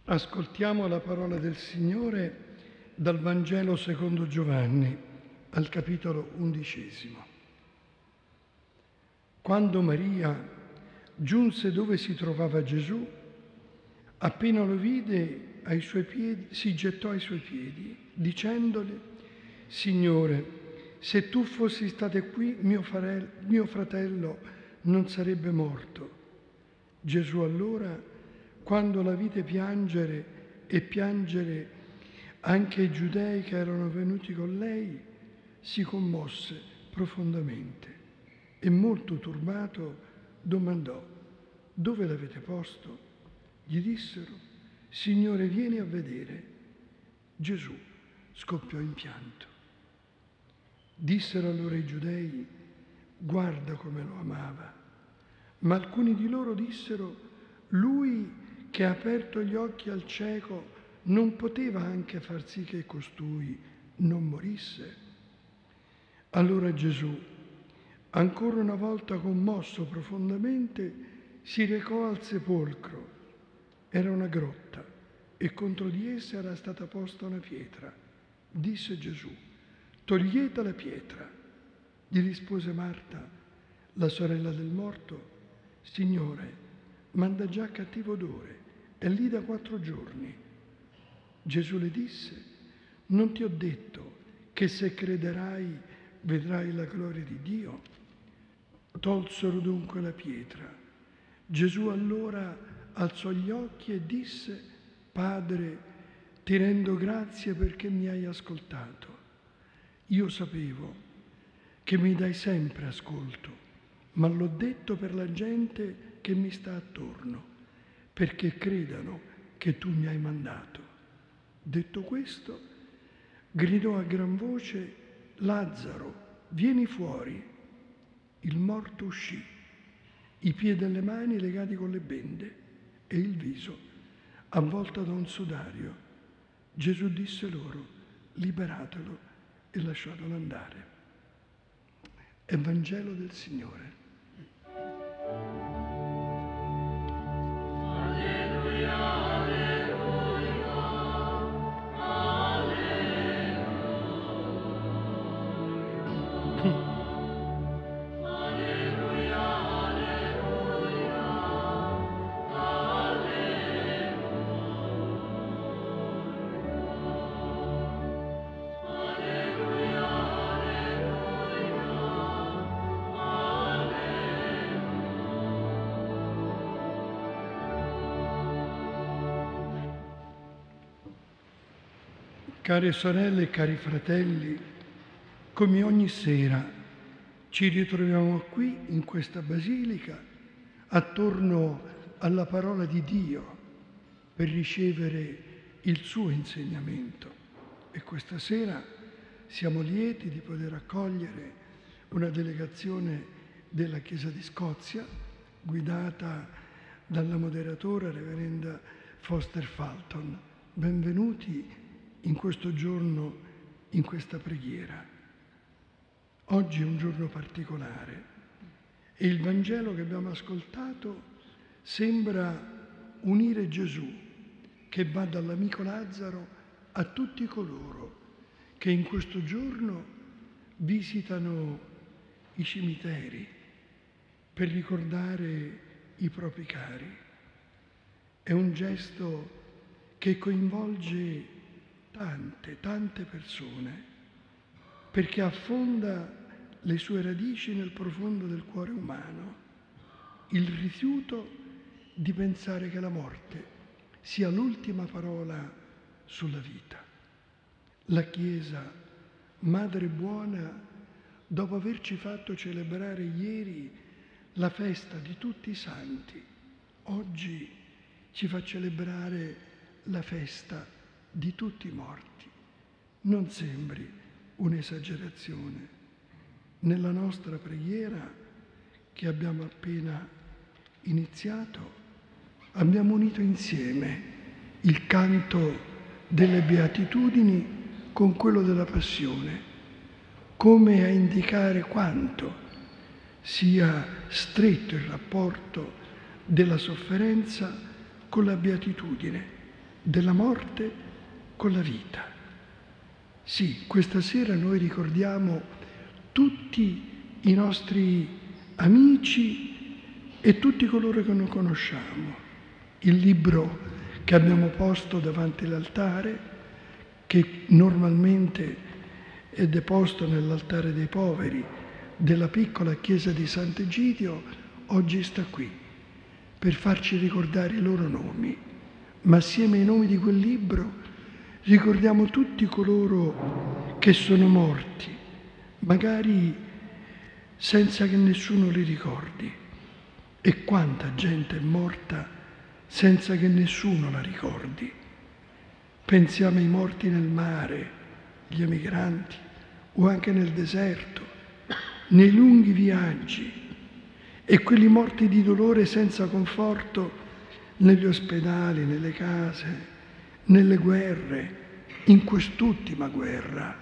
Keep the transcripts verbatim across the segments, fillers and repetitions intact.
Ascoltiamo la parola del Signore dal Vangelo secondo Giovanni, al capitolo undicesimo. Quando Maria giunse dove si trovava Gesù, appena lo vide ai suoi piedi, si gettò ai suoi piedi, dicendole: Signore, se tu fossi stato qui, mio, farel- mio fratello non sarebbe morto. Gesù allora, quando la vide piangere e piangere anche i giudei che erano venuti con lei, si commosse profondamente e molto turbato domandò: dove l'avete posto? Gli dissero: Signore, vieni a vedere. Gesù scoppiò in pianto. Dissero allora i giudei: guarda come lo amava. Ma alcuni di loro dissero: lui che ha aperto gli occhi al cieco non poteva anche far sì che costui non morisse? Allora Gesù, ancora una volta commosso profondamente, si recò al sepolcro. Era una grotta e contro di essa era stata posta una pietra. Disse Gesù: togliete la pietra. Gli rispose Marta, la sorella del morto: Signore, manda già cattivo odore, è lì da quattro giorni. Gesù le disse: non ti ho detto che se crederai vedrai la gloria di Dio? Tolsero dunque la pietra. Gesù allora alzò gli occhi e disse: Padre, ti rendo grazie perché mi hai ascoltato. Io sapevo che mi dai sempre ascolto, ma l'ho detto per la gente che mi sta attorno, perché credano che tu mi hai mandato. Detto questo, gridò a gran voce: Lazzaro, vieni fuori. Il morto uscì, i piedi e le mani legati con le bende e il viso avvolto da un sudario. Gesù disse loro: liberatelo e lasciatelo andare. Evangelo del Signore. Care sorelle e cari fratelli, come ogni sera ci ritroviamo qui in questa basilica attorno alla parola di Dio per ricevere il suo insegnamento. E questa sera siamo lieti di poter accogliere una delegazione della Chiesa di Scozia guidata dalla moderatore Reverenda Foster Fulton. Benvenuti in questo giorno, in questa preghiera. Oggi è un giorno particolare e il Vangelo che abbiamo ascoltato sembra unire Gesù, che va dall'amico Lazzaro, a tutti coloro che in questo giorno visitano i cimiteri per ricordare i propri cari. È un gesto che coinvolge tante, tante persone, perché affonda le sue radici nel profondo del cuore umano, il rifiuto di pensare che la morte sia l'ultima parola sulla vita. La Chiesa, Madre buona, dopo averci fatto celebrare ieri la festa di tutti i santi, oggi ci fa celebrare la festa di tutti i morti. Non sembri un'esagerazione. Nella nostra preghiera che abbiamo appena iniziato abbiamo unito insieme il canto delle beatitudini con quello della passione, come a indicare quanto sia stretto il rapporto della sofferenza con la beatitudine, della morte con la vita. Sì, questa sera noi ricordiamo tutti i nostri amici e tutti coloro che non conosciamo. Il libro che abbiamo posto davanti all'altare, che normalmente è deposto nell'altare dei poveri della piccola chiesa di Sant'Egidio, oggi sta qui per farci ricordare i loro nomi, ma assieme ai nomi di quel libro ricordiamo tutti coloro che sono morti, magari senza che nessuno li ricordi. E quanta gente è morta senza che nessuno la ricordi. Pensiamo ai morti nel mare, gli emigranti, o anche nel deserto, nei lunghi viaggi, e quelli morti di dolore senza conforto negli ospedali, nelle case, nelle guerre, in quest'ultima guerra.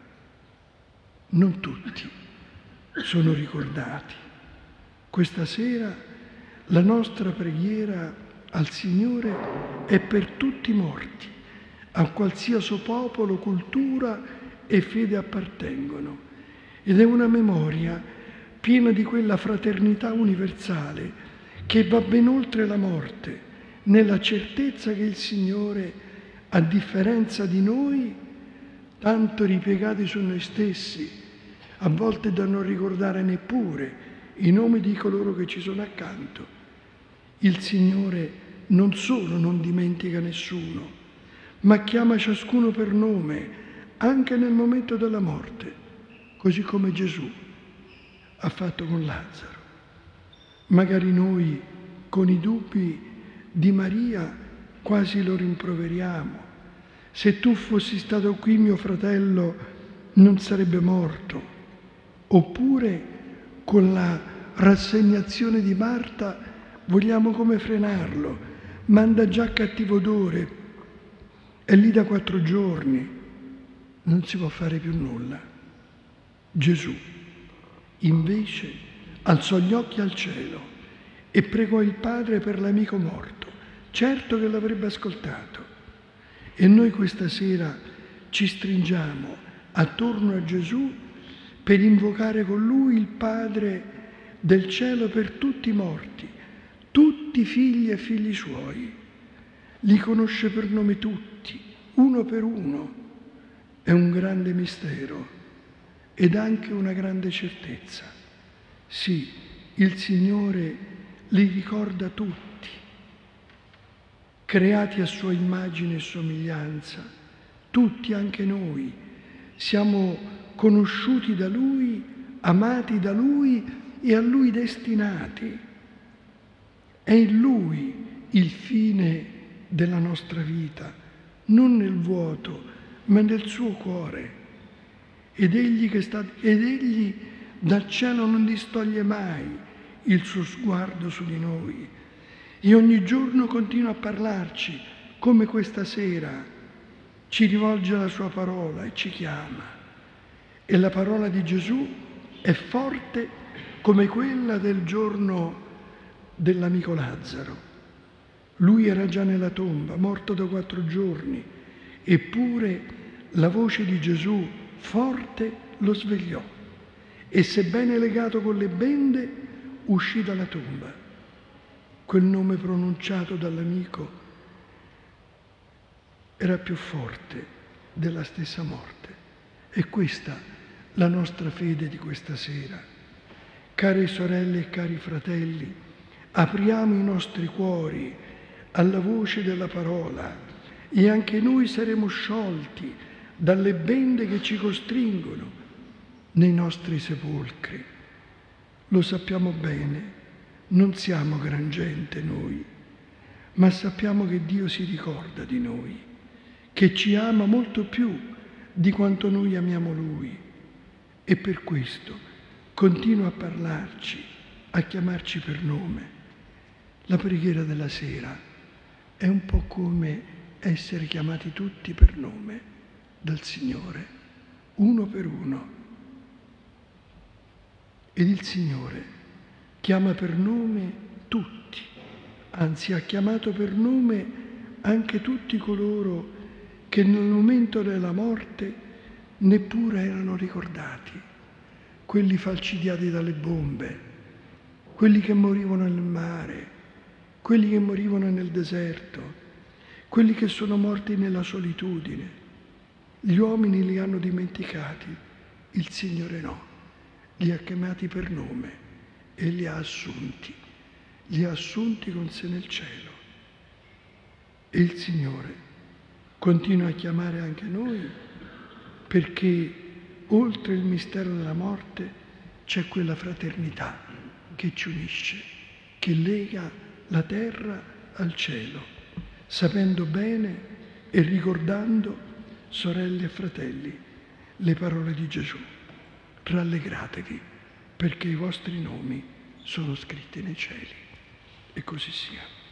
Non tutti sono ricordati. Questa sera la nostra preghiera al Signore è per tutti i morti, a qualsiasi popolo, cultura e fede appartengono, ed è una memoria piena di quella fraternità universale che va ben oltre la morte, nella certezza che il Signore, a differenza di noi, tanto ripiegati su noi stessi, a volte da non ricordare neppure i nomi di coloro che ci sono accanto, il Signore non solo non dimentica nessuno, ma chiama ciascuno per nome, anche nel momento della morte, così come Gesù ha fatto con Lazzaro. Magari noi, con i dubbi di Maria, quasi lo rimproveriamo. Se tu fossi stato qui, mio fratello non sarebbe morto. Oppure, con la rassegnazione di Marta, vogliamo come frenarlo. Manda già cattivo odore, è lì da quattro giorni, non si può fare più nulla. Gesù invece alzò gli occhi al cielo e pregò il Padre per l'amico morto, certo che l'avrebbe ascoltato. E noi questa sera ci stringiamo attorno a Gesù per invocare con Lui il Padre del cielo per tutti i morti, tutti figli e figli Suoi. Li conosce per nome tutti, uno per uno. È un grande mistero ed anche una grande certezza. Sì, il Signore li ricorda tutti, creati a sua immagine e somiglianza, tutti, anche noi, siamo conosciuti da Lui, amati da Lui e a Lui destinati. È in Lui il fine della nostra vita, non nel vuoto, ma nel suo cuore. Ed egli, che sta, ed egli dal cielo non distoglie mai il suo sguardo su di noi e ogni giorno continua a parlarci, come questa sera ci rivolge la sua parola e ci chiama. E la parola di Gesù è forte come quella del giorno dell'amico Lazzaro. Lui era già nella tomba, morto da quattro giorni, eppure la voce di Gesù forte lo svegliò e, sebbene legato con le bende, uscì dalla tomba. Quel nome pronunciato dall'amico era più forte della stessa morte. E questa la nostra fede di questa sera. Care sorelle e cari fratelli, apriamo i nostri cuori alla voce della parola e anche noi saremo sciolti dalle bende che ci costringono nei nostri sepolcri. Lo sappiamo bene, non siamo gran gente noi, ma sappiamo che Dio si ricorda di noi, che ci ama molto più di quanto noi amiamo Lui, e per questo continua a parlarci, a chiamarci per nome. La preghiera della sera è un po' come essere chiamati tutti per nome dal Signore, uno per uno. Ed il Signore chiama per nome tutti, anzi ha chiamato per nome anche tutti coloro che nel momento della morte neppure erano ricordati, quelli falcidiati dalle bombe, quelli che morivano nel mare, quelli che morivano nel deserto, quelli che sono morti nella solitudine. Gli uomini li hanno dimenticati, il Signore no, li ha chiamati per nome e li ha assunti, li ha assunti con sé nel cielo. E il Signore continua a chiamare anche noi, perché oltre il mistero della morte c'è quella fraternità che ci unisce, che lega la terra al cielo, sapendo bene e ricordando, sorelle e fratelli, le parole di Gesù. Rallegratevi, perché i vostri nomi sono scritti nei cieli. E così sia.